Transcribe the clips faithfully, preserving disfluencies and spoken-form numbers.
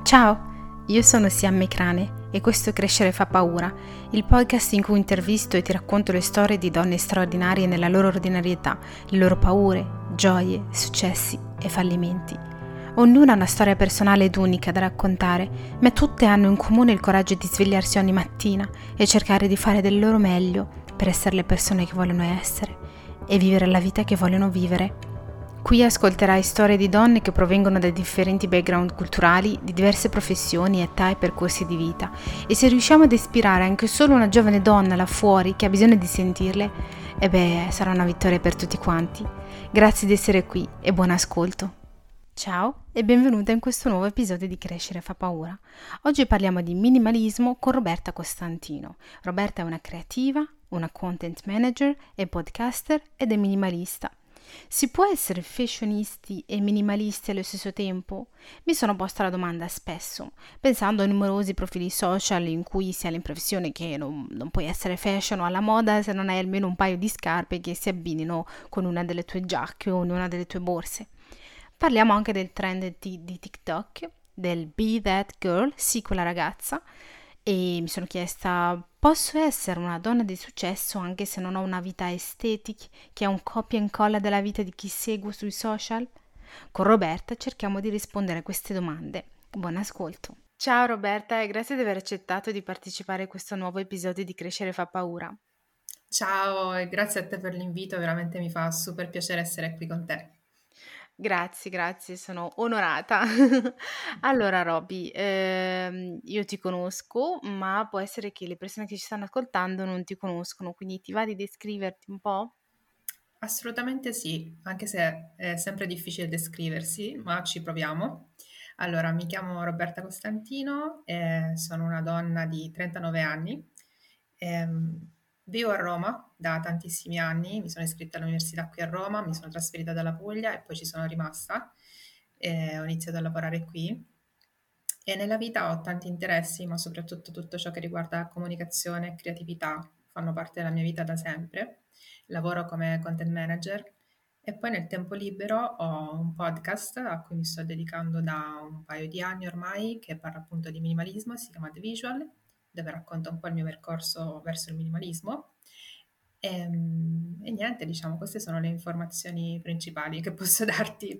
Ciao, io sono Siamme Crane e questo è Crescere fa paura, il podcast in cui intervisto e ti racconto le storie di donne straordinarie nella loro ordinarietà, le loro paure, gioie, successi e fallimenti. Ognuna ha una storia personale ed unica da raccontare, ma tutte hanno in comune il coraggio di svegliarsi ogni mattina e cercare di fare del loro meglio per essere le persone che vogliono essere e vivere la vita che vogliono vivere. Qui ascolterai storie di donne che provengono da differenti background culturali, di diverse professioni, età e percorsi di vita. E se riusciamo ad ispirare anche solo una giovane donna là fuori che ha bisogno di sentirle, e beh, sarà una vittoria per tutti quanti. Grazie di essere qui e buon ascolto. Ciao e benvenuta in questo nuovo episodio di Crescere fa paura. Oggi parliamo di minimalismo con Roberta Costantino. Roberta è una creativa, una content manager e podcaster ed è minimalista. Si può essere fashionisti e minimalisti allo stesso tempo? Mi sono posta la domanda spesso, pensando a numerosi profili social in cui si ha l'impressione che non, non puoi essere fashion o alla moda se non hai almeno un paio di scarpe che si abbinino con una delle tue giacche o una delle tue borse. Parliamo anche del trend di, di TikTok, del Be That Girl, sì quella ragazza, e mi sono chiesta, posso essere una donna di successo anche se non ho una vita estetica che è un copia e incolla della vita di chi seguo sui social? Con Roberta cerchiamo di rispondere a queste domande. Buon ascolto. Ciao Roberta e grazie di aver accettato di partecipare a questo nuovo episodio di Crescere fa paura. Ciao e grazie a te per l'invito, veramente mi fa super piacere essere qui con te. Grazie, grazie, sono onorata. Allora, Roby, ehm, io ti conosco, ma può essere che le persone che ci stanno ascoltando non ti conoscono, quindi ti va di descriverti un po'? Assolutamente sì, anche se è sempre difficile descriversi, ma ci proviamo. Allora, mi chiamo Roberta Costantino, e sono una donna di trentanove anni. Ehm, Vivo a Roma da tantissimi anni, mi sono iscritta all'università qui a Roma, mi sono trasferita dalla Puglia e poi ci sono rimasta e ho iniziato a lavorare qui. E nella vita ho tanti interessi, ma soprattutto tutto ciò che riguarda comunicazione e creatività fanno parte della mia vita da sempre. Lavoro come content manager e poi nel tempo libero ho un podcast a cui mi sto dedicando da un paio di anni ormai, che parla appunto di minimalismo, si chiama The Visual, dove racconto un po' il mio percorso verso il minimalismo. E, e niente, diciamo, queste sono le informazioni principali che posso darti.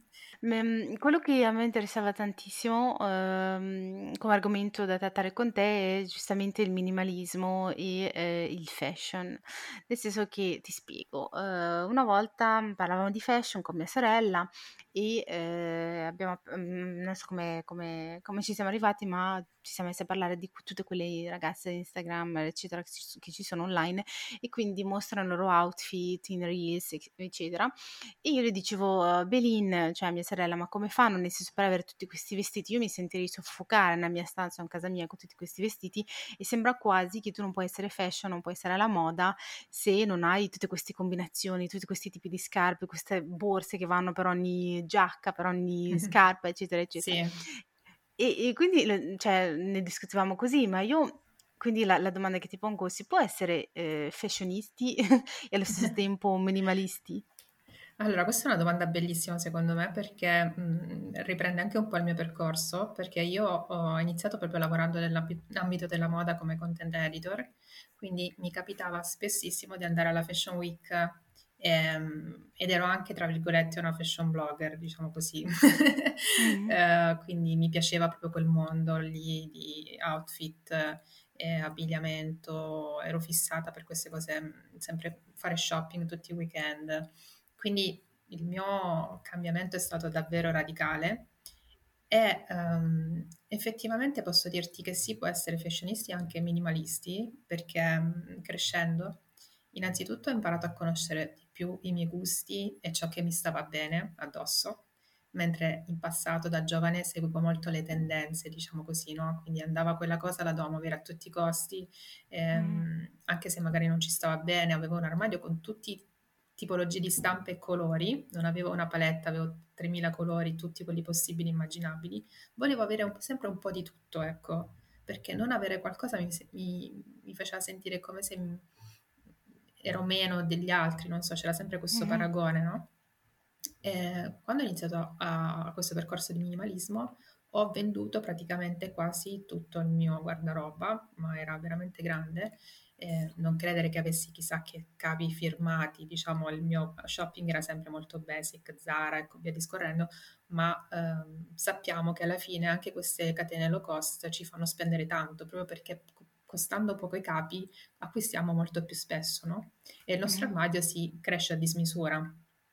Mem, quello che a me interessava tantissimo ehm, come argomento da trattare con te è giustamente il minimalismo e eh, il fashion. Nel senso che ti spiego, eh, una volta parlavamo di fashion con mia sorella e eh, abbiamo, mm, non so come, come- come ci siamo arrivati, ma ci siamo messi a parlare di tutte quelle ragazze di Instagram, eccetera, che ci, che ci sono online e quindi mostrano i loro outfit in reels, eccetera. E io le dicevo, uh, Belin, cioè a mia sorella, ma come fanno nel senso per avere tutti questi vestiti? Io mi sentirei soffocare nella mia stanza o in casa mia con tutti questi vestiti e sembra quasi che tu non puoi essere fashion, non puoi essere alla moda se non hai tutte queste combinazioni, tutti questi tipi di scarpe, queste borse che vanno per ogni giacca, per ogni scarpa, eccetera, eccetera. Sì. E, e quindi le- cioè, ne discutevamo così, ma io... Quindi la, la domanda che ti pongo, si può essere eh, fashionisti e allo stesso tempo minimalisti? Allora, questa è una domanda bellissima secondo me perché mh, riprende anche un po' il mio percorso, perché io ho iniziato proprio lavorando nell'ambito della moda come content editor, quindi mi capitava spessissimo di andare alla Fashion Week ehm, ed ero anche, tra virgolette, una fashion blogger, diciamo così. Mhm. Eh, quindi mi piaceva proprio quel mondo lì di outfit e abbigliamento, ero fissata per queste cose, mh, sempre fare shopping tutti i weekend. Quindi il mio cambiamento è stato davvero radicale e ehm, effettivamente posso dirti che sì, può essere fashionisti e anche minimalisti, perché mm, crescendo innanzitutto ho imparato a conoscere di più i miei gusti e ciò che mi stava bene addosso, mentre in passato da giovane seguivo molto le tendenze, diciamo così, no? Quindi andava quella cosa, la dovevo avere a tutti i costi, Mm. ehm, anche se magari non ci stava bene, avevo un armadio con tutti tipologie di stampe e colori, non avevo una paletta, avevo tremila colori, tutti quelli possibili e immaginabili. Volevo avere un po'- sempre un po' di tutto, ecco, perché non avere qualcosa mi, mi- mi faceva sentire come se m- ero meno degli altri, non so, c'era sempre questo Mhm. paragone, no? E quando ho iniziato a, a questo percorso di minimalismo ho venduto praticamente quasi tutto il mio guardaroba, ma era veramente grande. Eh, non credere che avessi chissà che capi firmati, diciamo, il mio shopping era sempre molto basic, Zara e via discorrendo, ma ehm, sappiamo che alla fine anche queste catene low cost ci fanno spendere tanto, proprio perché co- costando poco i capi acquistiamo molto più spesso, no? E il nostro Mhm. armadio si cresce a dismisura.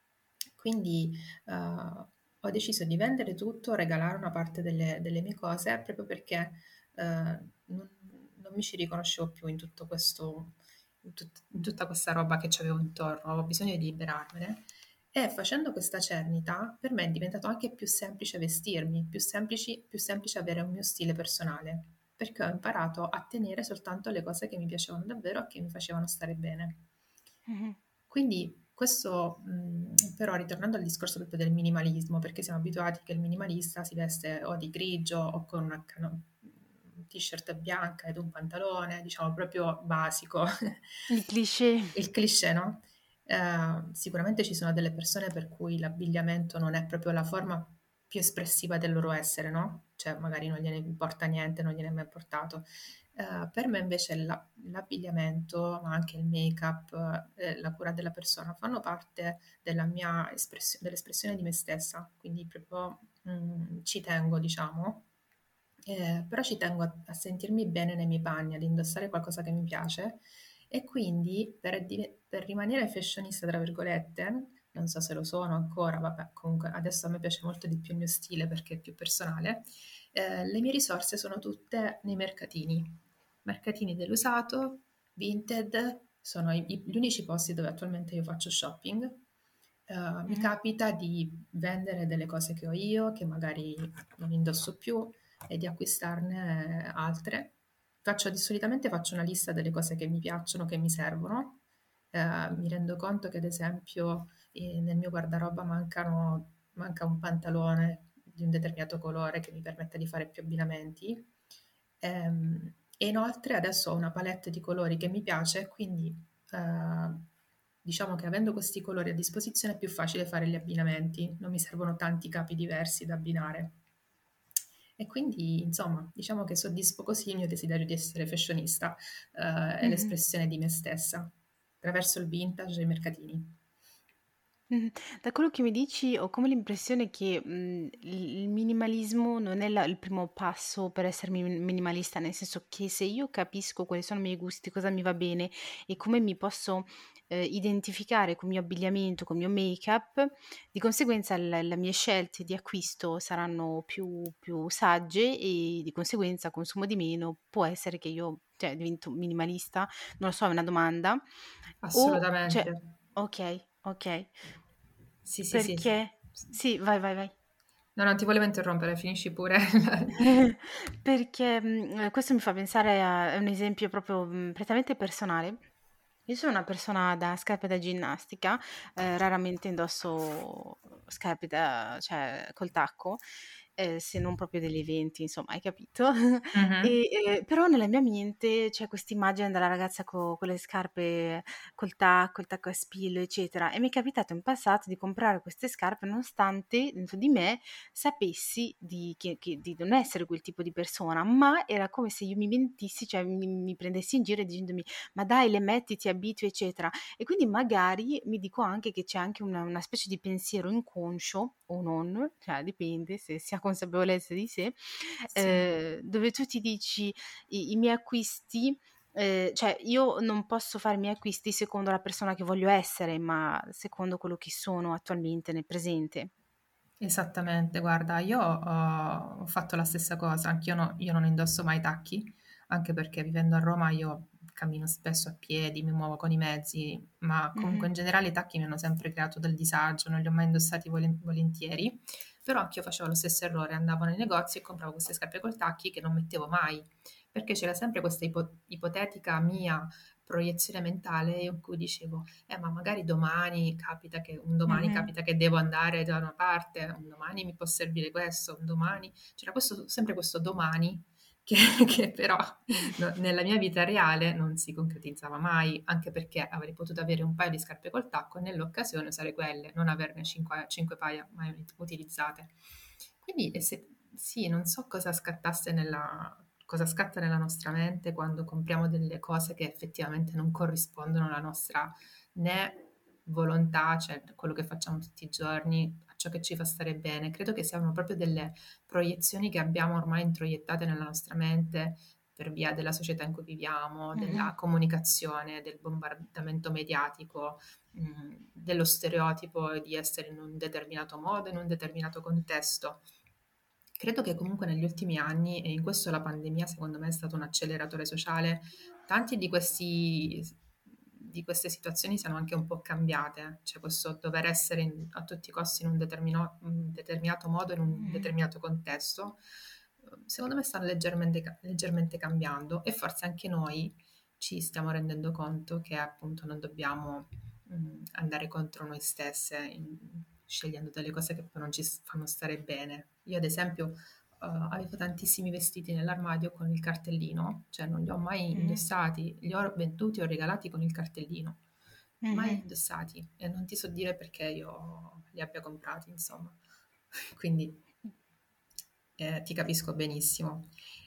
Quindi eh, ho deciso di vendere tutto, regalare una parte delle, delle mie cose, proprio perché eh, non, non mi ci riconoscevo più in tutto questo, in, tut- in tutta questa roba che c'avevo intorno, avevo bisogno di liberarmene. E facendo questa cernita, per me è diventato anche più semplice vestirmi, più semplici- più semplice avere un mio stile personale, perché ho imparato a tenere soltanto le cose che mi piacevano davvero e che mi facevano stare bene. Mhm. Quindi questo, mh, però ritornando al discorso proprio del minimalismo, perché siamo abituati che il minimalista si veste o di grigio o con una cano- un t-shirt bianca ed un pantalone, diciamo proprio basico, Il cliché. il cliché, no? Eh, sicuramente ci sono delle persone per cui l'abbigliamento non è proprio la forma più espressiva del loro essere, no? Cioè magari non gliene importa niente, non gliene è mai importato. Eh, per me invece la- l'abbigliamento, ma anche il make-up, eh, la cura della persona fanno parte della mia espressio- dell'espressione di me stessa, quindi proprio mm, ci tengo, diciamo, eh, però ci tengo a, a sentirmi bene nei miei panni, ad indossare qualcosa che mi piace e quindi per, dive- per rimanere fashionista, tra virgolette, non so se lo sono ancora, vabbè, comunque adesso a me piace molto di più il mio stile perché è più personale, eh, le mie risorse sono tutte nei mercatini, mercatini dell'usato, Vinted, sono i- i- gli unici posti dove attualmente io faccio shopping. Eh, mi Mhm. capita di vendere delle cose che ho io, che magari non indosso più, e di acquistarne altre. Faccio, di solitamente faccio una lista delle cose che mi piacciono, che mi servono. Eh, mi rendo conto che ad esempio eh, nel mio guardaroba mancano, manca un pantalone di un determinato colore che mi permetta di fare più abbinamenti. Ehm, e inoltre adesso ho una palette di colori che mi piace, quindi eh, diciamo che avendo questi colori a disposizione è più facile fare gli abbinamenti, non mi servono tanti capi diversi da abbinare. E quindi, insomma, diciamo che soddisfo così il mio desiderio di essere fashionista, eh, e Mhm. l'espressione di me stessa, attraverso il vintage e i mercatini. Mh-mh. Da quello che mi dici ho come l'impressione che, mhmm, il il minimalismo non è la il primo passo per essere mi minimalista, nel senso che se io capisco quali sono i miei gusti, cosa mi va bene e come mi posso, ehm, identificare col mio abbigliamento, col mio make-up, di conseguenza l le mie scelte di acquisto saranno più più sagge e di conseguenza consumo di meno. Può essere che io, cioè divento minimalista? Non lo so, è una domanda. O cioè Assolutamente. okay, okay. Sì, sì, sì. Perché sì, vai, vai, vai. No, non ti volevo interrompere, finisci pure. Perché, mhmm, ehm, questo mi fa pensare a un esempio proprio, mhmm, prettamente personale. Io sono una persona da scarpe da ginnastica, ehm, raramente indosso scarpe da cioè col tacco, ehm, se non proprio degli eventi, insomma, hai capito? Mhm. E, ehm, però nella mia mente c'è quest'immagine della ragazza co con le scarpe col tacco, il tacco a spillo, eccetera, e mi è capitato in passato di comprare queste scarpe nonostante dentro di me sapessi di che che di non essere quel tipo di persona, ma era come se io mi mentissi, cioè mi mi prendessi in giro dicendomi: "Ma dai, le metti, ti abitui", eccetera. E quindi magari mi dico anche che c'è anche una una specie di pensiero inconscio o non, cioè dipende se si ha consapevolezza di sé, Sì. ehm, dove tu ti dici: "I i miei acquisti", ehm, cioè io non posso fare i miei acquisti secondo la persona che voglio essere, ma secondo quello che sono attualmente nel presente. Esattamente, guarda, io ho, ho fatto la stessa cosa, anch'io no- io non indosso mai tacchi, anche perché vivendo a Roma io cammino spesso a piedi, mi muovo con i mezzi, ma comunque Mh-mh. in generale i tacchi mi hanno sempre creato del disagio, non li ho mai indossati volen- volentieri, però anch'io facevo lo stesso errore, andavo nei negozi e compravo queste scarpe col tacchi che non mettevo mai, perché c'era sempre questa ipo- ipotetica mia proiezione mentale in cui dicevo eh, ma magari domani capita che un domani Mh-mh. capita che devo andare da una parte, un domani mi può servire questo, un domani c'era questo, sempre questo domani che, che però no- nella mia vita reale non si concretizzava mai, anche perché avrei potuto avere un paio di scarpe col tacco e nell'occasione usare quelle, non averne cinque, cinque paia mai ut- utilizzate. Quindi eh, se- sì, non so cosa scattasse nella, cosa scatta nella nostra mente quando compriamo delle cose che effettivamente non corrispondono alla nostra né volontà, cioè quello che facciamo tutti i giorni, a ciò che ci fa stare bene. Credo che siano proprio delle proiezioni che abbiamo ormai introiettate nella nostra mente per via della società in cui viviamo, Mhm. della comunicazione, del bombardamento mediatico, mh, dello stereotipo di essere in un determinato modo, in un determinato contesto. Credo che comunque negli ultimi anni, e in questo la pandemia secondo me è stato un acceleratore sociale, tanti di questi, di queste situazioni siano anche un po' cambiate, cioè questo dover essere in- a tutti i costi in un determino- un determinato modo, in un Mhm. determinato contesto, eh, secondo me stanno leggermente, ca- leggermente cambiando e forse anche noi ci stiamo rendendo conto che appunto non dobbiamo mh, andare contro noi stesse in- scegliendo delle cose che poi non ci s- fanno stare bene. Io ad esempio eh, avevo tantissimi vestiti nell'armadio con il cartellino, cioè non li ho mai Mhm. indossati, li ho venduti o regalati con il cartellino, mai Mhm. indossati e non ti so dire perché io li abbia comprati, insomma. Quindi eh, ti capisco benissimo.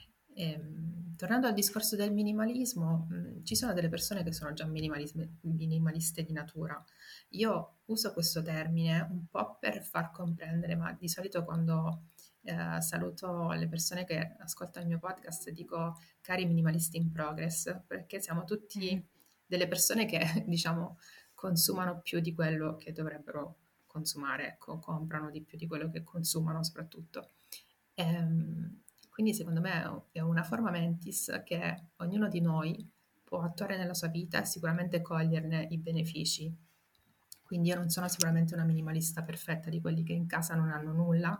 Ehm, tornando al discorso del minimalismo, mh, ci sono delle persone che sono già minimalisme- minimaliste di natura. Io uso questo termine un po' per far comprendere, ma di solito quando eh, saluto le persone che ascoltano il mio podcast dico cari minimalisti in progress, perché siamo Mhm. tutti delle persone che, diciamo, consumano più di quello che dovrebbero consumare, ecco, comprano di più di quello che consumano soprattutto. Ehm, quindi secondo me è una forma mentis che ognuno di noi può attuare nella sua vita e sicuramente coglierne i benefici. Quindi io non sono sicuramente una minimalista perfetta di quelli che in casa non hanno nulla,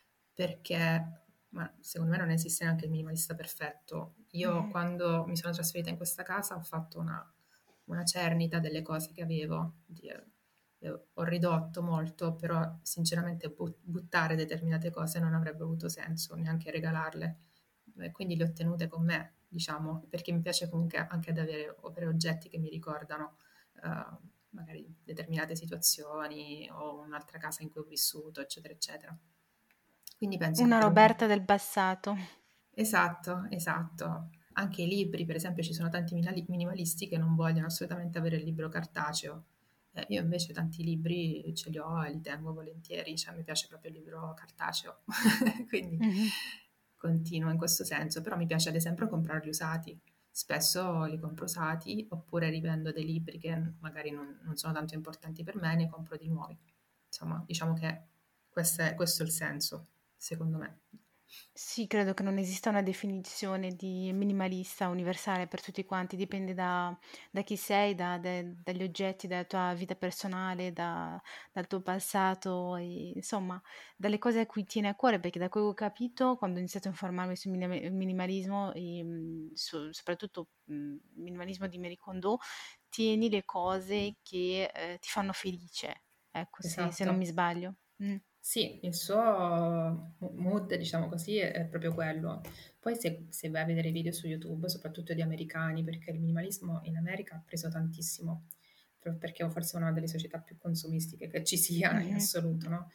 perché ma secondo me non esiste neanche il minimalista perfetto. Io Mhm. quando mi sono trasferita in questa casa ho fatto una, una cernita delle cose che avevo, di- eh, ho ridotto molto, però sinceramente bu- buttare determinate cose non avrebbe avuto senso, neanche regalarle. E quindi le ho tenute con me, diciamo, perché mi piace comunque anche ad avere, avere oggetti che mi ricordano eh, magari determinate situazioni o un'altra casa in cui ho vissuto, eccetera, eccetera. Quindi penso che Una per ognuno... Roberta del passato. Esatto, esatto. Anche i libri, per esempio, ci sono tanti minali- minimalisti che non vogliono assolutamente avere il libro cartaceo. Eh, io invece tanti libri ce li ho e li tengo volentieri, cioè mi piace proprio il libro cartaceo, quindi Mhm. continuo in questo senso, però mi piace ad esempio comprarli usati. Spesso li compro usati oppure rivendo dei libri che magari non, non sono tanto importanti per me e ne compro di nuovi. Insomma, diciamo che questo è, questo è il senso, secondo me. Sì, credo che non esista una definizione di minimalista universale per tutti quanti, dipende da, da chi sei, da- da- dagli oggetti, dalla tua vita personale, da- dal tuo passato, e, insomma, dalle cose a cui tieni a cuore, perché da quello che ho capito, quando ho iniziato a informarmi sul minima- minimalismo, e, mh, su- soprattutto mh, minimalismo di Marie Kondo, tieni le cose che eh, ti fanno felice, ecco, se, se non Esatto. mi sbaglio. Mm. Sì, il suo mo- mood, diciamo così, è, è proprio quello. Poi se, se vai a vedere video su YouTube, soprattutto di americani, perché il minimalismo in America ha preso tantissimo, proprio perché forse è una delle società più consumistiche che ci sia in Mhm. assoluto, no?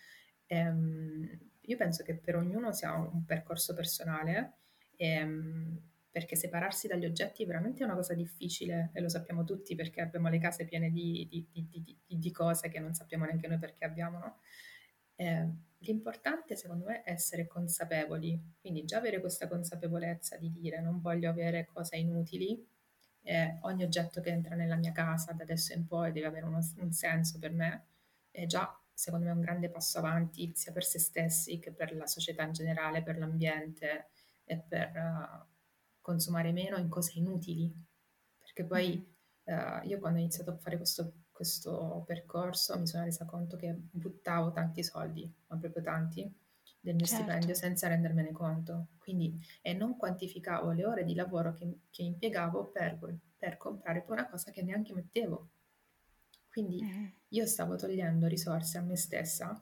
Ehm, io penso che per ognuno sia un percorso personale, ehm, perché separarsi dagli oggetti è veramente una cosa difficile e lo sappiamo tutti perché abbiamo le case piene di, di- di- di- di- di cose che non sappiamo neanche noi perché abbiamo, no? Eh, l'importante secondo me è essere consapevoli, quindi già avere questa consapevolezza di dire non voglio avere cose inutili, eh, ogni oggetto che entra nella mia casa da adesso in poi deve avere uno- un senso per me, è già secondo me un grande passo avanti sia per se stessi che per la società in generale, per l'ambiente e per eh, consumare meno in cose inutili, perché poi Mhm. eh, io quando ho iniziato a fare questo, questo percorso mi sono resa conto che buttavo tanti soldi, ma proprio tanti, del mio Certo. stipendio senza rendermene conto. Quindi, e non quantificavo le ore di lavoro che, che impiegavo per, per comprare poi una cosa che neanche mettevo. Quindi Mhm. io stavo togliendo risorse a me stessa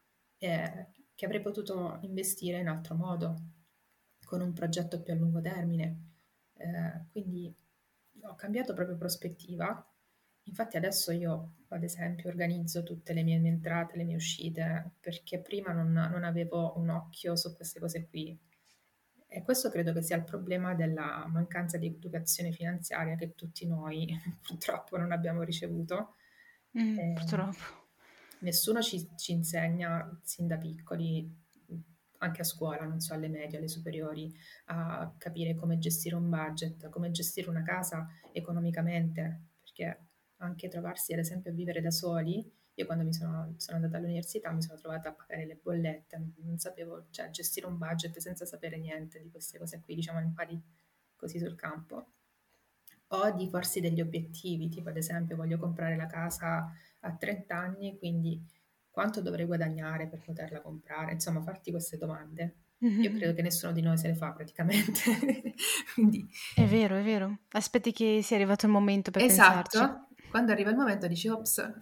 eh, che avrei potuto investire in altro modo, con un progetto più a lungo termine. Eh, quindi ho cambiato proprio prospettiva Infatti adesso io, ad esempio, organizzo tutte le mie, mie entrate, le mie uscite, perché prima non, non avevo un occhio su queste cose qui. E questo credo che sia il problema della mancanza di educazione finanziaria che tutti noi purtroppo non abbiamo ricevuto. Mm, Ehm, purtroppo. Nessuno ci, ci insegna sin da piccoli, anche a scuola, non so, alle medie, alle superiori, a capire come gestire un budget, come gestire una casa economicamente, perché anche trovarsi ad esempio a vivere da soli, io quando mi sono, sono andata all'università mi sono trovata a pagare le bollette, non, non sapevo, cioè gestire un budget senza sapere niente di queste cose qui, diciamo, impari così sul campo. O di porsi degli obiettivi, tipo ad esempio voglio comprare la casa a trenta anni, quindi quanto dovrei guadagnare per poterla comprare? Insomma, farti queste domande. Io credo che nessuno di noi se le fa praticamente. Quindi, È vero, è vero. Aspetti che sia arrivato il momento per pensarci. esatto, quando arriva il momento dici, ops, eh,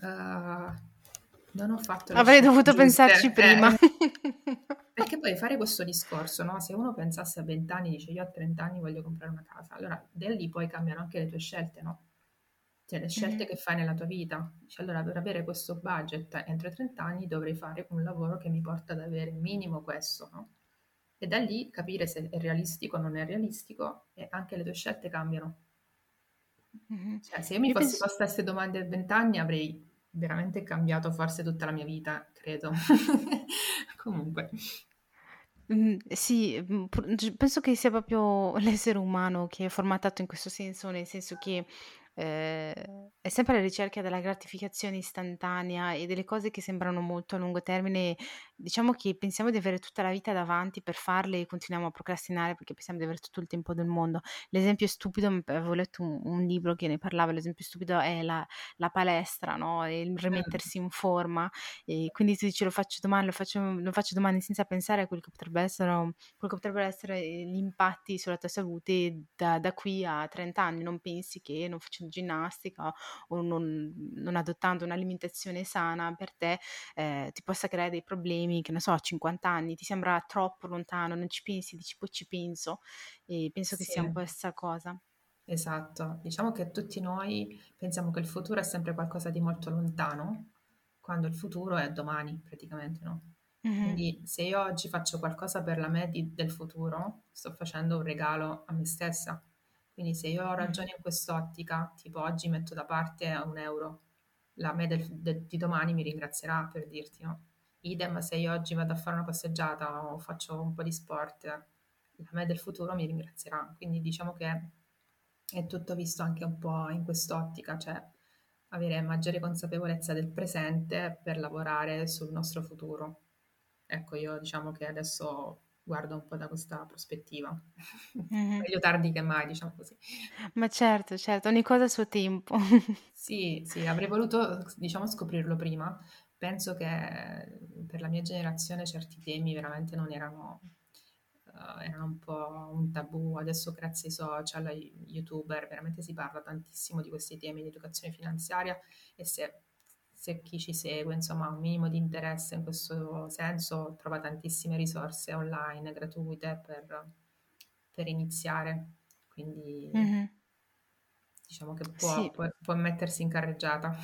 non ho fatto le Avrei scelte dovuto pensarci giuste. prima. Eh, perché poi fare questo discorso, no? Se uno pensasse a venti anni, dice io a trenta anni voglio comprare una casa, allora da lì poi cambiano anche le tue scelte, no? Cioè le scelte Mhm, che fai nella tua vita. Dici, allora per avere questo budget entro i trenta anni dovrei fare un lavoro che mi porta ad avere minimo questo, no? E da lì capire se è realistico o non è realistico e anche le tue scelte cambiano. mhm. Cioè, se io mi Io fossi penso, posta queste domande a venti anni avrei veramente cambiato forse tutta la mia vita, credo. Comunque, Mhmm, sì, mhmm, pur g penso che sia proprio l'essere umano che è formatato in questo senso, nel senso che, ehm, è sempre alla ricerca della gratificazione istantanea e delle cose che sembrano molto a lungo termine. Diciamo che pensiamo di avere tutta la vita davanti per farle e continuiamo a procrastinare perché pensiamo di avere tutto il tempo del mondo. L'esempio stupido, mhmm, avevo letto un un libro che ne parlava, l'esempio stupido è la la palestra, no, e il mm, rimettersi in forma. E quindi tu dici: "Lo faccio domani, lo faccio lo faccio domani", senza pensare a quelli che potrebbe essero quello che potrebbero essere, ehm, gli impatti sulla tua salute da da qui a trenta anni. Non pensi che non facendo ginnastica o non non adottando un'alimentazione sana per te, ehm, ti possa creare dei problemi, che ne so, a cinquanta anni. Ti sembra troppo lontano, non ci pensi, dici: "Poi ci penso". E penso che sì. sia un po' essa cosa. Esatto, diciamo che tutti noi pensiamo che il futuro è sempre qualcosa di molto lontano, quando il futuro è domani praticamente, no? Mh-mh, Quindi se io oggi faccio qualcosa per la me di- del futuro, sto facendo un regalo a me stessa. Quindi se io mh-mh, ragiono in quest'ottica, tipo oggi metto da parte un euro, la me del- de- di domani mi ringrazierà per dirti, no? Idem se io oggi vado a fare una passeggiata o faccio un po' di sport, la me del futuro mi ringrazierà. Quindi diciamo che è tutto visto anche un po' in quest'ottica, cioè avere maggiore consapevolezza del presente per lavorare sul nostro futuro. Ecco, io diciamo che adesso guardo un po' da questa prospettiva. mh-mh. Meglio tardi che mai, diciamo così. Ma certo, certo, ogni cosa a suo tempo. Sì, sì, avrei voluto, diciamo, scoprirlo prima. Penso che per la mia generazione certi temi veramente non erano, eh, erano un po' un tabù. Adesso grazie ai social, ai YouTuber, veramente si parla tantissimo di questi temi di educazione finanziaria e se, se chi ci segue, insomma, ha un minimo di interesse in questo senso, trova tantissime risorse online gratuite per, per iniziare. Quindi Mh-mh. diciamo che può, Sì. può- può mettersi in carreggiata.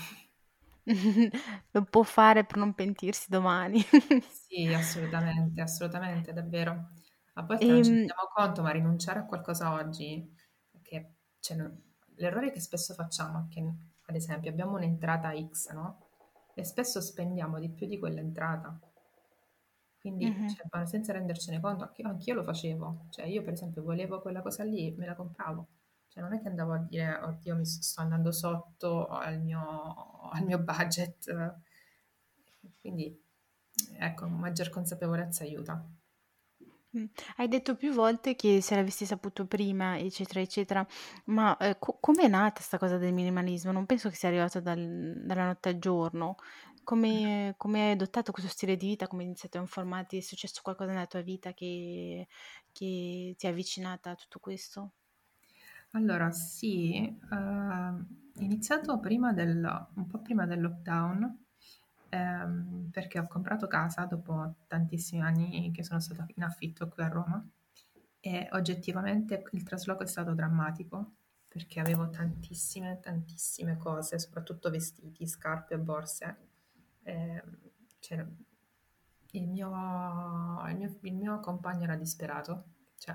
Lo può fare per non pentirsi domani. Sì, assolutamente, assolutamente, davvero. A volte non ci Ehm, rendiamo conto, ma rinunciare a qualcosa oggi, che, cioè, non- l'errore che spesso facciamo è che, ad esempio, abbiamo un'entrata X, no? E spesso spendiamo di più di quell'entrata. Quindi, mh-mh. cioè, ma senza rendercene conto, anche- anch'io lo facevo. Cioè, io, per esempio, volevo quella cosa lì, me la compravo. Cioè, non è che andavo a dire, oddio, mi s- sto andando sotto al mio, al mio budget. Quindi, ecco, maggior consapevolezza aiuta. Mh. Hai detto più volte che se l'avessi saputo prima, eccetera, eccetera, ma, ehm, co com'è nata 'sta cosa del minimalismo? Non penso che sia arrivata dal dalla notte al giorno. Come come hai adottato questo stile di vita? Come hai iniziato a informarti? È successo qualcosa nella tua vita che che ti ha avvicinata a tutto questo? Allora, sì, ehm, iniziato prima del, un po' prima del lockdown, ehm, perché ho comprato casa dopo tantissimi anni che sono stata in affitto qui a Roma e oggettivamente il trasloco è stato drammatico. perché avevo tantissime, tantissime cose, soprattutto vestiti, scarpe e borse. Eh, cioè, il mio, il mio, il mio compagno era disperato, cioè,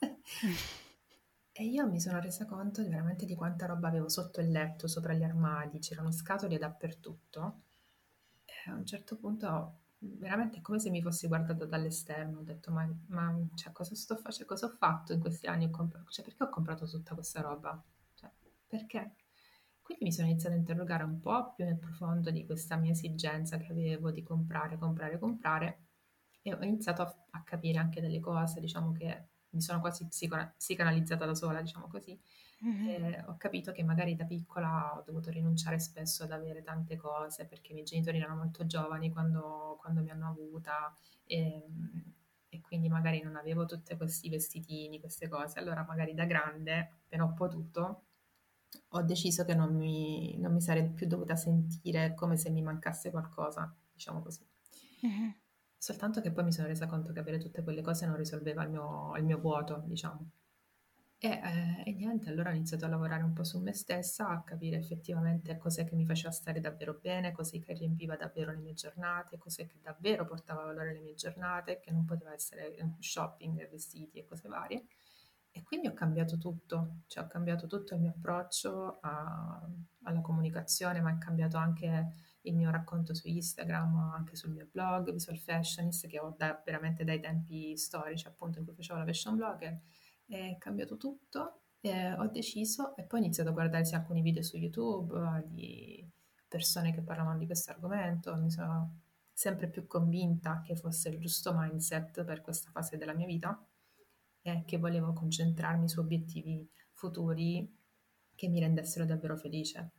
e io mi sono resa conto di veramente di quanta roba avevo sotto il letto, sopra gli armadi, c'erano scatole dappertutto. E a un certo punto, veramente è come se mi fossi guardata dall'esterno, ho detto, ma, ma, cioè, cosa sto facendo? Cosa ho fatto in questi anni? Ho compra- cioè, perché ho comprato tutta questa roba? Cioè, perché? Quindi mi sono iniziata a interrogare un po' più nel profondo di questa mia esigenza che avevo di comprare, comprare, comprare e ho iniziato a, a capire anche delle cose, diciamo che mi sono quasi psico- psicanalizzata da sola, diciamo così. Mhm. E ho capito che magari da piccola ho dovuto rinunciare spesso ad avere tante cose perché i miei genitori erano molto giovani quando, quando mi hanno avuta e, e quindi magari non avevo tutti questi vestitini, queste cose. Allora magari da grande, appena ho potuto, ho deciso che non mi, non mi sarei più dovuta sentire come se mi mancasse qualcosa, diciamo così. Mhm. Soltanto che poi mi sono resa conto che avere tutte quelle cose non risolveva il mio, il mio vuoto, diciamo. E, eh, e niente, allora ho iniziato a lavorare un po' su me stessa, a capire effettivamente cos'è che mi faceva stare davvero bene, cos'è che riempiva davvero le mie giornate, cos'è che davvero portava valore alle mie giornate, che non poteva essere eh, shopping, vestiti e cose varie. E quindi ho cambiato tutto, cioè ho cambiato tutto il mio approccio a- alla comunicazione, ma è cambiato anche il mio racconto su Instagram, anche sul mio blog Visual Fashionist, che ho da- veramente dai tempi storici, appunto, in cui facevo la fashion blogger. È cambiato tutto, e ho deciso, e poi ho iniziato a guardare sì, alcuni video su YouTube eh, di persone che parlavano di questo argomento, mi sono sempre più convinta che fosse il giusto mindset per questa fase della mia vita e che volevo concentrarmi su obiettivi futuri che mi rendessero davvero felice.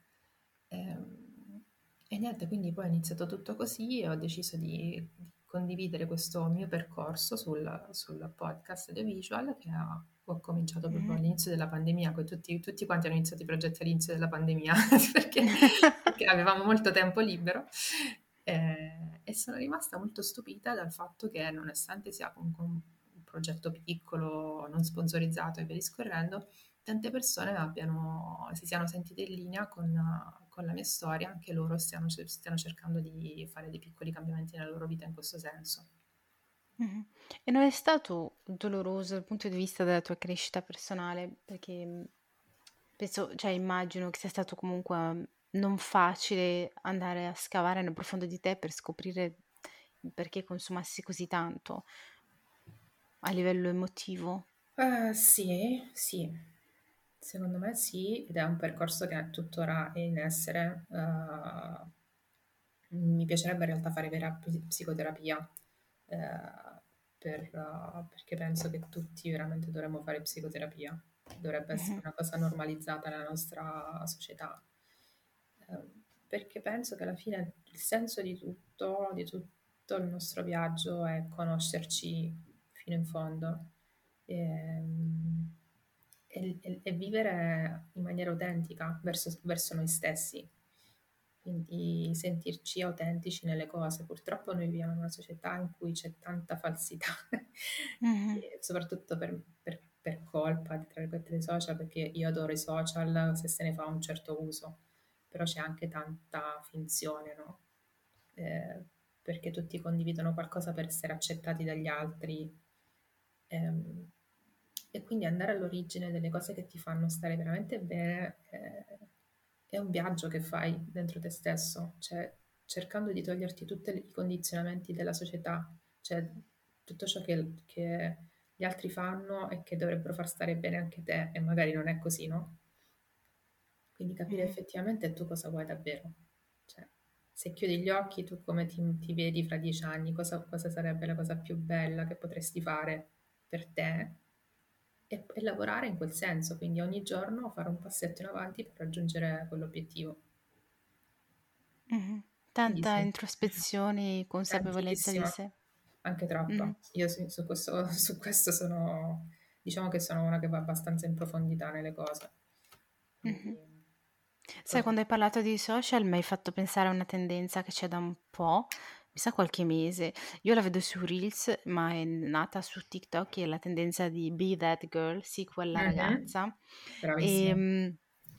Ehm, E, niente, quindi poi ho iniziato tutto così e ho deciso di, di condividere questo mio percorso sul, sul podcast The Visual che ha- ho cominciato proprio Mhm. all'inizio della pandemia, poi tutti, tutti quanti hanno iniziato i progetti all'inizio della pandemia perché, perché avevamo molto tempo libero. Eh, e sono rimasta molto stupita dal fatto che, nonostante sia comunque un, un progetto piccolo, non sponsorizzato e via discorrendo, tante persone abbiano, si siano sentite in linea con, con la mia storia, anche loro stiano, stiano cercando di fare dei piccoli cambiamenti nella loro vita in questo senso. Mhm. E non è stato doloroso dal punto di vista della tua crescita personale? Perché mh, penso, cioè immagino che sia stato comunque mh, non facile andare a scavare nel profondo di te per scoprire il perché consumassi così tanto a livello emotivo. Eh, sì, sì, secondo me sì, ed è un percorso che tuttora è in essere. Eh, mi piacerebbe in realtà fare vera ps- psicoterapia, eh, per, eh, perché penso che tutti veramente dovremmo fare psicoterapia. Dovrebbe essere Mhm. una cosa normalizzata nella nostra società. Eh, perché penso che alla fine il senso di tutto, di tutto il nostro viaggio è conoscerci fino in fondo e, e- e- e vivere in maniera autentica verso, verso noi stessi, quindi sentirci autentici nelle cose. Purtroppo noi viviamo in una società in cui c'è tanta falsità, Mhm. e soprattutto per, per- per colpa, tra virgolette, dei social, perché io adoro i social se se ne fa un certo uso, però c'è anche tanta finzione, no? Eh, perché tutti condividono qualcosa per essere accettati dagli altri. Ehm, e quindi andare all'origine delle cose che ti fanno stare veramente bene eh, è un viaggio che fai dentro te stesso, cioè cercando di toglierti tutti i condizionamenti della società, cioè tutto ciò che, che gli altri fanno e che dovrebbero far stare bene anche te, e magari non è così, no? Quindi capire Mhm. effettivamente tu cosa vuoi davvero. Cioè, se chiudi gli occhi, tu come ti, ti vedi fra dieci anni, cosa, cosa sarebbe la cosa più bella che potresti fare per te e, e lavorare in quel senso, quindi ogni giorno fare un passetto in avanti per raggiungere quell'obiettivo. Mhm. Quindi Tanta sì, introspezione, consapevolezza di tantissima, sé. anche Mhm. troppa. Io sì, su questo, su questo sono, diciamo che sono una che va abbastanza in profondità nelle cose. Mhm. Quindi, Sai, poi- quando hai parlato di social mi hai fatto pensare a una tendenza che c'è da un po', sa qualche mese. Io la vedo su Reels, ma è nata su TikTok e la tendenza di Be That Girl, sii quella Mhm. ragazza. Bravissima. Ehm,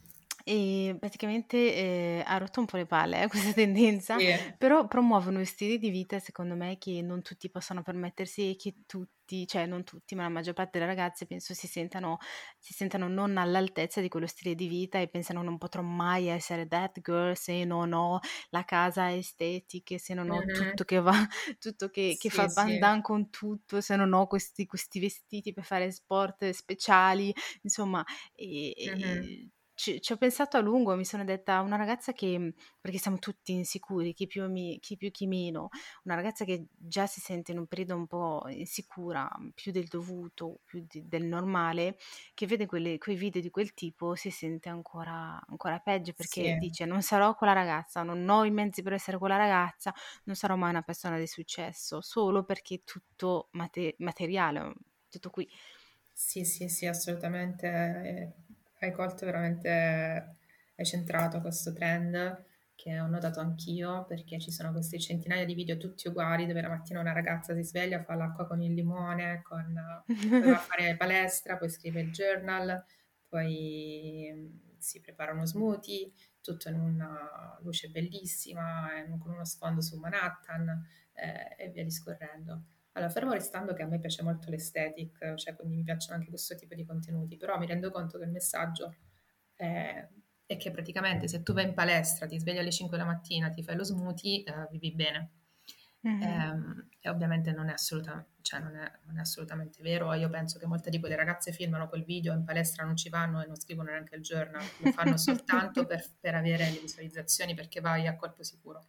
e praticamente, ehm, ha rotto un po' le palle, eh, questa tendenza, Sì. però promuovono stili di vita, secondo me, che non tutti possono permettersi e che tutti, cioè non tutti, ma la maggior parte delle ragazze penso si sentano si sentano non all'altezza di quello stile di vita e pensano: "Non potrò mai essere that girl se non ho la casa estetica, se non ho Mhm. tutto che va tutto che che Sì, fa sì. pandan con tutto, se non ho questi questi vestiti per fare sport speciali", insomma, e Mhm. e ci ci ho pensato a lungo, mi sono detta: "Una ragazza che", perché siamo tutti insicuri, chi più o mi chi più chi meno, una ragazza che già si sente in un periodo un po' insicura, più del dovuto, più di del normale, che vede quelle quei video di quel tipo, si sente ancora ancora peggio, perché Sì. dice: "Non sarò quella ragazza, non ho i mezzi per essere quella ragazza, non sarò mai una persona di successo", solo perché è tutto mate materiale, tutto qui. Sì, sì, sì, assolutamente. eh, Hai colto veramente, hai centrato questo trend che ho notato anch'io, perché ci sono queste centinaia di video tutti uguali dove la mattina una ragazza si sveglia, fa l'acqua con il limone, con, poi va a fare palestra, poi scrive il journal, poi mm, si prepara uno smoothie, tutto in una luce bellissima, eh, con uno sfondo su Manhattan, eh, e via discorrendo. Allora, fermo restando che a me piace molto l'estetic, cioè quindi mi piacciono anche questo tipo di contenuti, però mi rendo conto che il messaggio è, è che praticamente se tu vai in palestra, ti svegli alle cinque la mattina, ti fai lo smoothie, eh, vivi bene. Mh-mh. Ehm, e ovviamente non è, assoluta- cioè non è- non è assolutamente vero. Io penso che molte di quelle ragazze filmano quel video, in palestra non ci vanno e non scrivono neanche il journal, lo fanno soltanto per, per avere le visualizzazioni, perché vai a colpo sicuro.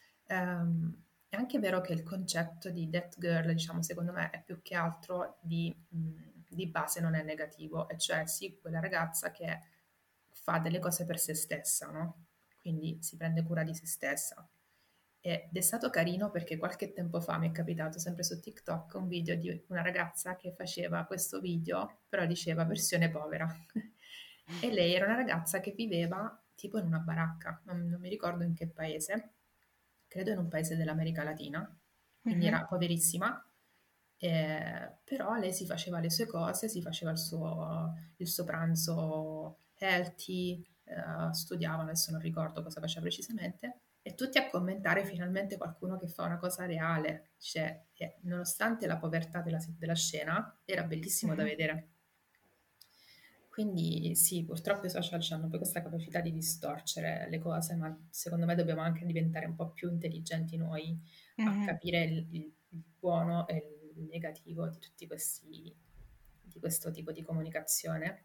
Ehm, è anche vero che il concetto di that girl, diciamo, secondo me è più che altro di, mh, di base non è negativo, e cioè sì, quella ragazza che fa delle cose per se stessa, no? Quindi si prende cura di se stessa. Ed è stato carino perché qualche tempo fa mi è capitato sempre su TikTok un video di una ragazza che faceva questo video, però diceva versione povera. E lei era una ragazza che viveva tipo in una baracca, non, non mi ricordo in che paese, credo in un paese dell'America Latina, quindi Mh-mh. era poverissima, eh, però lei si faceva le sue cose, si faceva il suo, il suo pranzo healthy, eh, studiava, adesso non ricordo cosa faceva precisamente, e tutti a commentare finalmente qualcuno che fa una cosa reale, cioè, e nonostante la povertà della, della scena, era bellissimo da Mh-mh. vedere. Quindi sì, purtroppo i social hanno poi questa capacità di distorcere le cose, ma secondo me dobbiamo anche diventare un po' più intelligenti noi a Mh-mh. capire il, il- il buono e il negativo di tutti questi, di questo tipo di comunicazione.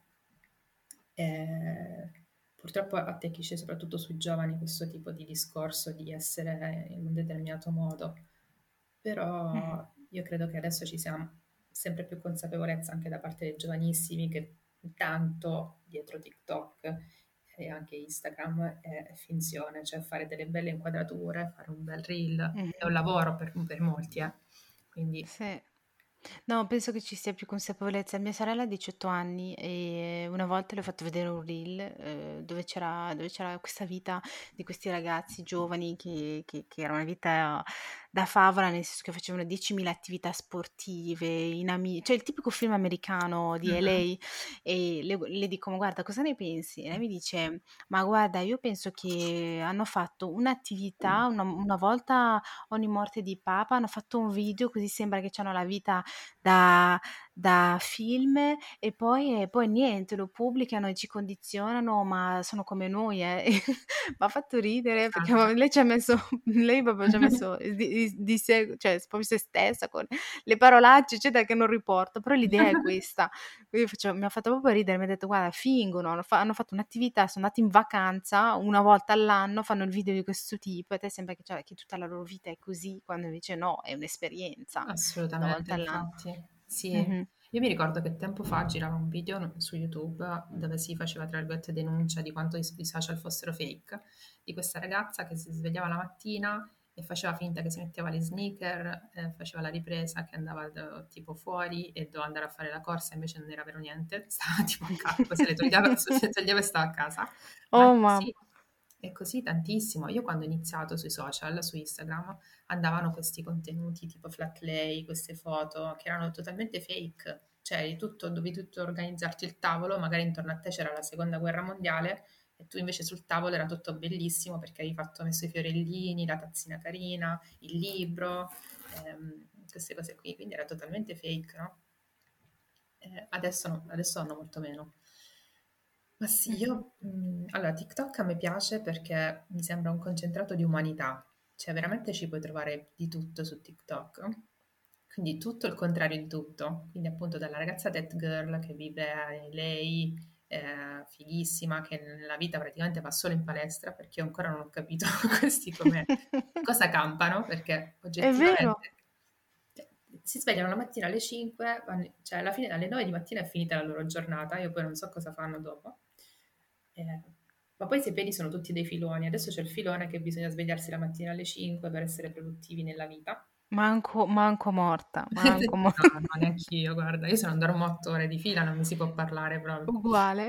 E purtroppo attechisce soprattutto sui giovani questo tipo di discorso di essere in un determinato modo, Mh-mh. però io credo che adesso ci sia sempre più consapevolezza anche da parte dei giovanissimi che tanto dietro TikTok e anche Instagram è, è finzione, cioè fare delle belle inquadrature, fare un bel reel è un Mh-mh. lavoro per, per molti, eh. Quindi Sì. No, penso che ci sia più consapevolezza. Mia sorella ha diciotto anni e una volta le ho fatto vedere un reel, eh, dove c'era, dove c'era questa vita di questi ragazzi giovani che, che- che era una vita da favola, nel senso che facevano diecimila attività sportive, in ami- cioè il tipico film americano di mhm, L A. E le, le dico: "Ma guarda, cosa ne pensi?" E lei mi dice: "Ma guarda, io penso che hanno fatto un'attività, una, una volta ogni morte di papa hanno fatto un video così sembra che c'hanno la vita da da film e poi e poi niente, lo pubblicano e ci condizionano, ma sono come noi, eh". E m'ha fatto ridere perché esatto. ma lei ci ha messo lei proprio ci ha messo di di di sé, cioè proprio se stessa con le parolacce eccetera che non riporto, però l'idea è questa. Quindi facevo mi ha fatto proprio ridere, mi ha detto: "Guarda, fingono, hanno fa hanno fatto un'attività, sono andati in vacanza una volta all'anno, fanno il video di questo tipo e a te sembra che cioè che tutta la loro vita è così, quando invece no, è un'esperienza una Assolutamente, volta all'anno". infatti. Sì, Mh-mh. io mi ricordo che tempo fa girava un video no- su YouTube dove si faceva, tra virgolette, denuncia di quanto i, i social fossero fake, di questa ragazza che si svegliava la mattina e faceva finta che si metteva le sneaker, eh, faceva la ripresa che andava eh, tipo fuori e doveva andare a fare la corsa, invece non era vero niente, stava tipo a casa, poi se le toglieva, se le toglieva e stava a casa, ma è Oh mamma. così. E così tantissimo. Io quando ho iniziato sui social, su Instagram, andavano questi contenuti tipo flat lay, queste foto che erano totalmente fake. Cioè, di tutto, dovevi tutto organizzarti il tavolo, magari intorno a te c'era la seconda guerra mondiale e tu invece sul tavolo era tutto bellissimo perché avevi fatto, messo i fiorellini, la tazzina carina, il libro, ehm, queste cose qui. Quindi era totalmente fake, no? Eh, adesso no, adesso hanno molto meno. Ma sì, Mhm. io, mh, allora TikTok a me piace perché mi sembra un concentrato di umanità, cioè veramente ci puoi trovare di tutto su TikTok, quindi tutto il contrario di tutto, quindi appunto dalla ragazza that girl che vive eh, lei, eh, fighissima, che nella vita praticamente va solo in palestra, perché io ancora non ho capito questi come, cosa campano, perché È vero, oggettivamente cioè, si svegliano la mattina alle cinque, vanno- cioè alla fine alle nove di mattina è finita la loro giornata, io poi non so cosa fanno dopo. Eh, ma poi i piedi sono tutti dei filoni, adesso c'è il filone che bisogna svegliarsi la mattina alle cinque per essere produttivi nella vita. manco, manco morta, manco No, morta. no, neanch'io, guarda, io se non dormo otto ore di fila non mi si può parlare proprio. Uguale.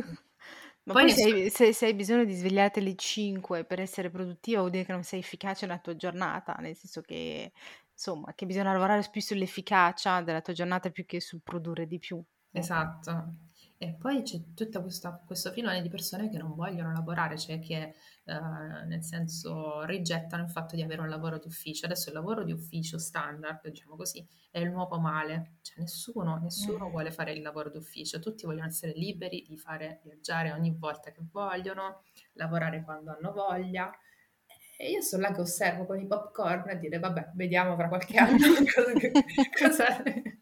Ma Poi poi se nessuno... hai, se- se hai bisogno di svegliarti alle cinque per essere produttiva vuol dire che non sei efficace nella tua giornata, nel senso che, insomma, che bisogna lavorare più sull'efficacia della tua giornata più che sul produrre di più. Boh. Esatto. E poi c'è tutto questo filone di persone che non vogliono lavorare, cioè che eh, nel senso rigettano il fatto di avere un lavoro d'ufficio. Adesso il lavoro di ufficio standard, diciamo così, è il nuovo male. Cioè nessuno, nessuno Mhm. vuole fare il lavoro d'ufficio, tutti vogliono essere liberi di fare, viaggiare ogni volta che vogliono, lavorare quando hanno voglia. E io sono là che osservo con i popcorn e dire, vabbè, vediamo fra qualche anno cosa... cosa-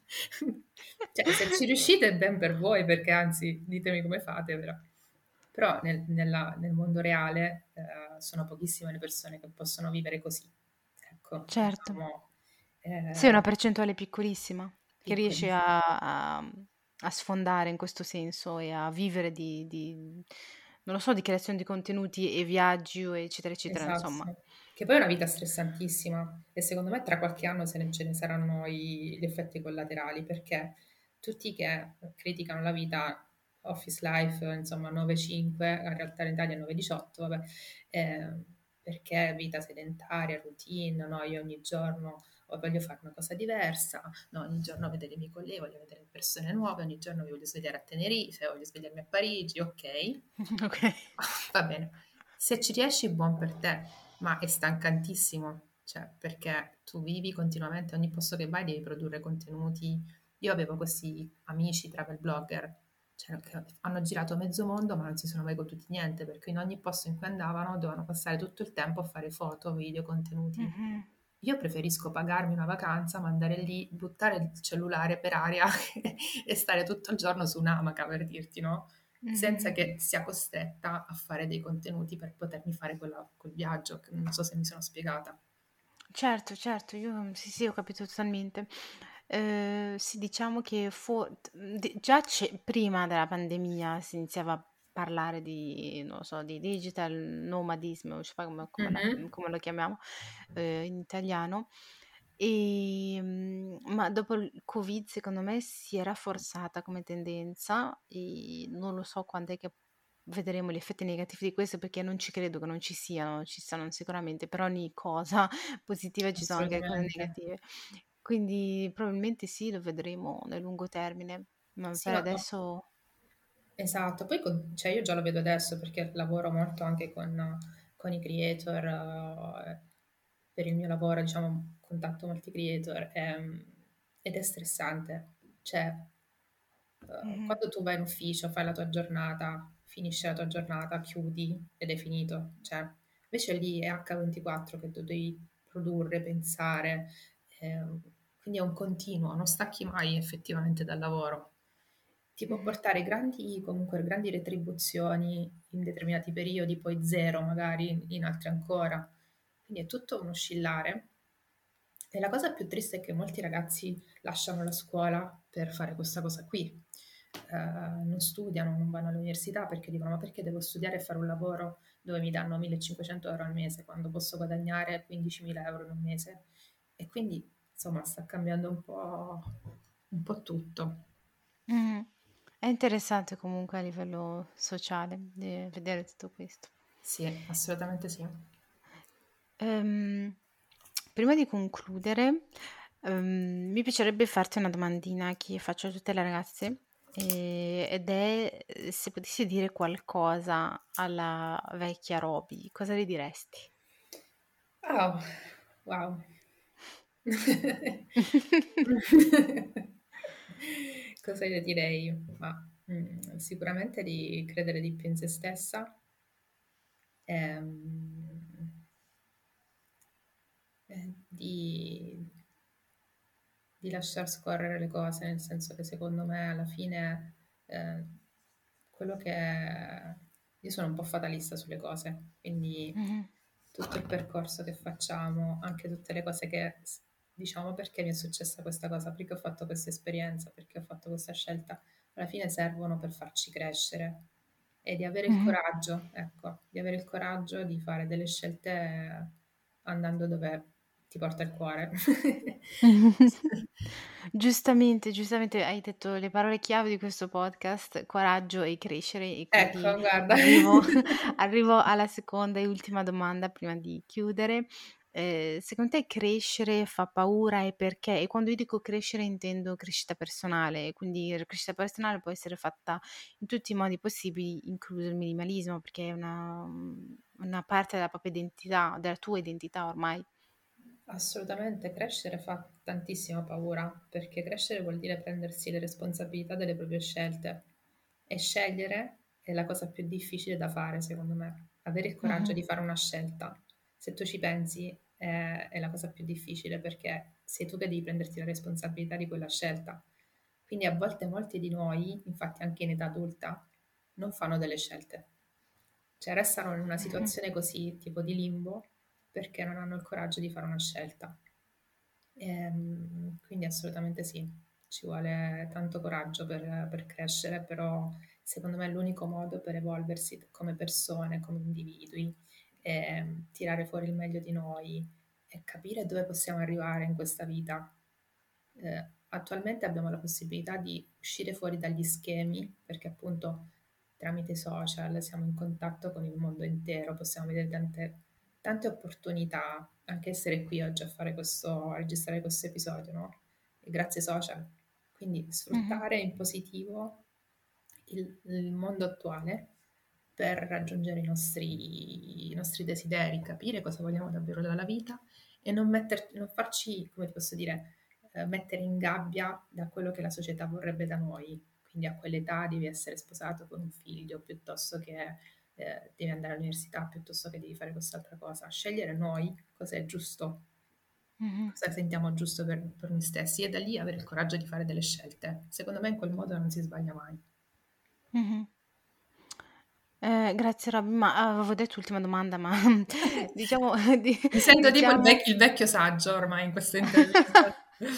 Cioè, se ci riuscite è ben per voi, perché anzi, ditemi come fate, però. Però nel, nella- nel mondo reale eh, sono pochissime le persone che possono vivere così. Ecco, Certo. diciamo, Sì, è una eh, percentuale piccolissima che riesce piccolissime. a, a- a sfondare in questo senso e a vivere di, di- non lo so, di creazione di contenuti e viaggi, o eccetera, eccetera, insomma. Esatto, che poi è una vita stressantissima e secondo me tra qualche anno se ne, ce ne saranno i- gli effetti collaterali perché tutti che criticano la vita office life, insomma nove cinque, in realtà in Italia è nove diciotto, vabbè, eh, perché vita sedentaria, routine, no? Io ogni giorno oh, voglio fare una cosa diversa, no? Ogni giorno vedere i miei colleghi, voglio vedere persone nuove, ogni giorno mi voglio svegliare a Tenerife, voglio svegliarmi a Parigi, ok, Ok. va bene. Se ci riesci, buon per te, ma è stancantissimo, cioè, perché tu vivi continuamente, ogni posto che vai devi produrre contenuti. Io avevo questi amici travel blogger, cioè, che hanno girato mezzo mondo, ma non si sono mai goduti niente, perché in ogni posto in cui andavano dovevano passare tutto il tempo a fare foto, video, contenuti. Mhm, Io preferisco pagarmi una vacanza, ma andare lì, buttare il cellulare per aria e stare tutto il giorno su un'amaca, per dirti, no? Senza mhm. che sia costretta a fare dei contenuti per potermi fare quella- quel viaggio, che non so se mi sono spiegata. Certo, certo, io sì, sì, ho capito totalmente. Eh, sì, diciamo che fo- di- già c'è- prima della pandemia si iniziava a parlare di, non lo so, di digital nomadismo, non so come, come la- Mhm. come lo chiamiamo eh, in italiano. E, mm, ma dopo il Covid, secondo me, si è rafforzata come tendenza e non lo so quando è che vedremo gli effetti negativi di questo perché non ci credo che non ci siano, ci saranno sicuramente, per ogni cosa positiva ci sono anche cose Assolutamente. negative. Quindi probabilmente sì, lo vedremo nel lungo termine, ma Sì, per ma, ma- adesso... esatto, poi con- cioè io già lo vedo adesso perché lavoro molto anche con, con i creator, eh, per il mio lavoro, diciamo, contatto molti creator ehm, ed è stressante. Cioè, eh, Mhm, quando tu vai in ufficio, fai la tua giornata, finisce la tua giornata, chiudi ed è finito. Cioè, invece lì è acca ventiquattro che tu devi produrre, pensare, ehm, quindi è un continuo, non stacchi mai effettivamente dal lavoro. Ti può mhm, portare grandi, comunque grandi retribuzioni in determinati periodi, poi zero magari in altri ancora. Quindi è tutto un oscillare. E la cosa più triste è che molti ragazzi lasciano la scuola per fare questa cosa qui. Eh, non studiano, non vanno all'università perché dicono: ma perché devo studiare e fare un lavoro dove mi danno millecinquecento euro al mese quando posso guadagnare quindicimila euro in un mese? E quindi, insomma, sta cambiando un po', un po' tutto. mhm. È interessante comunque a livello sociale di vedere tutto questo. Sì, assolutamente sì. Ehm, prima di concludere, ehm, mi piacerebbe farti una domandina che faccio a tutte le ragazze, e- ed è eh, se potessi dire qualcosa alla vecchia Roby, cosa le diresti? Oh, wow. Cosa io direi? Ma mm, sicuramente di credere di più in se stessa, ehm, eh, di, di lasciar scorrere le cose, nel senso che secondo me alla fine eh, quello che io sono un po' fatalista sulle cose, quindi Mhm, tutto il percorso che facciamo, anche tutte le cose che s- diciamo perché mi è successa questa cosa, perché ho fatto questa esperienza, perché ho fatto questa scelta, alla fine servono per farci crescere e di avere il mhm. coraggio, ecco, di avere il coraggio di fare delle scelte andando dove ti porta il cuore. Giustamente, giustamente hai detto le parole chiave di questo podcast, coraggio e crescere, e quindi Ecco, guarda. arrivo, arrivo alla seconda e ultima domanda prima di chiudere. Eh, secondo te crescere fa paura e perché? E quando io dico crescere intendo crescita personale, quindi la crescita personale può essere fatta in tutti i modi possibili, incluso il minimalismo, perché è una, una parte della propria identità, della tua identità ormai. Assolutamente, crescere fa tantissima paura, perché crescere vuol dire prendersi le responsabilità delle proprie scelte e scegliere è la cosa più difficile da fare, secondo me. Avere il coraggio Mhm, di fare una scelta, se tu ci pensi, è, è la cosa più difficile perché sei tu che devi prenderti la responsabilità di quella scelta. Quindi a volte molti di noi, infatti anche in età adulta, non fanno delle scelte, cioè restano in una mhm, situazione così, tipo di limbo, perché non hanno il coraggio di fare una scelta. Ehm, quindi assolutamente sì, ci vuole tanto coraggio per, per crescere, però secondo me è l'unico modo per evolversi come persone, come individui, e tirare fuori il meglio di noi e capire dove possiamo arrivare in questa vita. Eh, attualmente abbiamo la possibilità di uscire fuori dagli schemi, perché appunto tramite i social siamo in contatto con il mondo intero, possiamo vedere tante, tante opportunità, anche essere qui oggi a fare questo, a registrare questo episodio, no? E grazie ai social. Quindi mhm, sfruttare in positivo il, il mondo attuale per raggiungere i nostri, i nostri desideri, capire cosa vogliamo davvero dalla vita e non, metter- non farci, come ti posso dire, eh, mettere in gabbia da quello che la società vorrebbe da noi. Quindi a quell'età devi essere sposato con un figlio piuttosto che eh, devi andare all'università, piuttosto che devi fare quest'altra cosa. Scegliere noi cosa è giusto, mhm, cosa sentiamo giusto per, per noi stessi e da lì avere il coraggio di fare delle scelte. Secondo me in quel modo non si sbaglia mai. mhm. Eh, grazie Robby, ma ah, avevo detto ultima domanda, ma diciamo, di- Mi sento tipo il, diciamo, vec- il vecchio saggio ormai in questa intervista.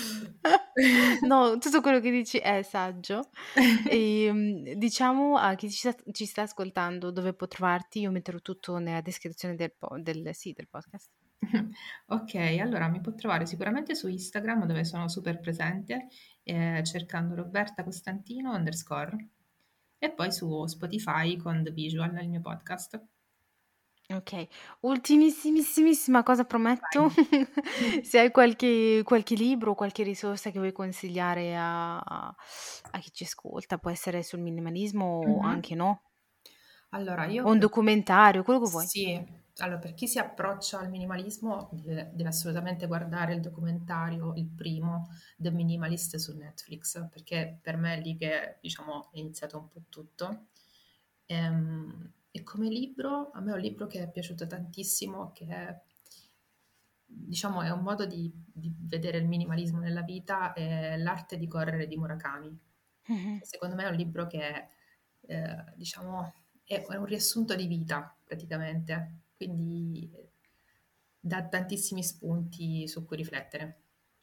no, tutto quello che dici è saggio. E, mm, diciamo a chi ci sta, ci sta ascoltando dove può trovarti, io metterò tutto nella descrizione del, po- del, sì, del podcast. Ok, allora mi può trovare sicuramente su Instagram dove sono super presente, eh, cercando Roberta Costantino underscore e poi su Spotify con The Visual, il mio podcast. Ok, ultimissimissima cosa prometto, Vai. se hai qualche, qualche libro o qualche risorsa che vuoi consigliare a, a chi ci ascolta, può essere sul minimalismo o Mhm. anche no, Allora, o io un per... documentario, quello che vuoi. Sì, allora per chi si approccia al minimalismo deve, deve assolutamente guardare il documentario, il primo, The Minimalist su Netflix, perché per me è lì che, diciamo, è iniziato un po' tutto. Ehm, E, come libro, a me è un libro che è piaciuto tantissimo, che è, diciamo, è un modo di, di vedere il minimalismo nella vita, è L'arte di correre di Murakami. Mhm, Secondo me è un libro che, eh, diciamo, è, è un riassunto di vita praticamente, quindi eh, dà tantissimi spunti su cui riflettere.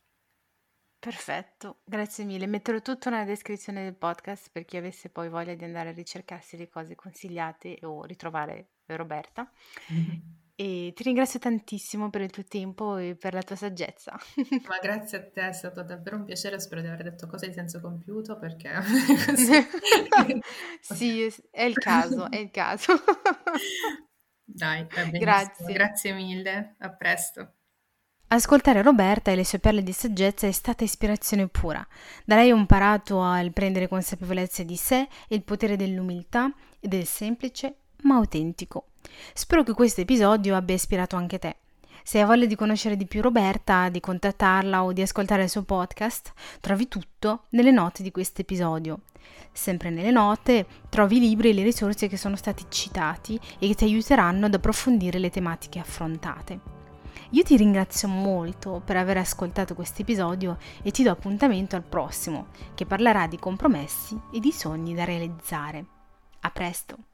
perfetto, grazie mille. Metterò tutto nella descrizione del podcast per chi avesse poi voglia di andare a ricercarsi le cose consigliate o ritrovare Roberta. E ti ringrazio tantissimo per il tuo tempo e per la tua saggezza. Ma grazie a te, è stato davvero un piacere, spero di aver detto cose di senso compiuto perché così. Sì, es- è il caso, è il caso. Dai, va benissimo. Grazie. Grazie mille, a presto. Ascoltare Roberta e le sue perle di saggezza è stata ispirazione pura. Da lei ho imparato a prendere consapevolezza di sé e il potere dell'umiltà e del semplice ma autentico. Spero che questo episodio abbia ispirato anche te. Se hai voglia di conoscere di più Roberta, di contattarla o di ascoltare il suo podcast, trovi tutto nelle note di questo episodio. Sempre nelle note trovi i libri e le risorse che sono stati citati e che ti aiuteranno ad approfondire le tematiche affrontate. Io ti ringrazio molto per aver ascoltato questo episodio e ti do appuntamento al prossimo, che parlerà di compromessi e di sogni da realizzare. A presto!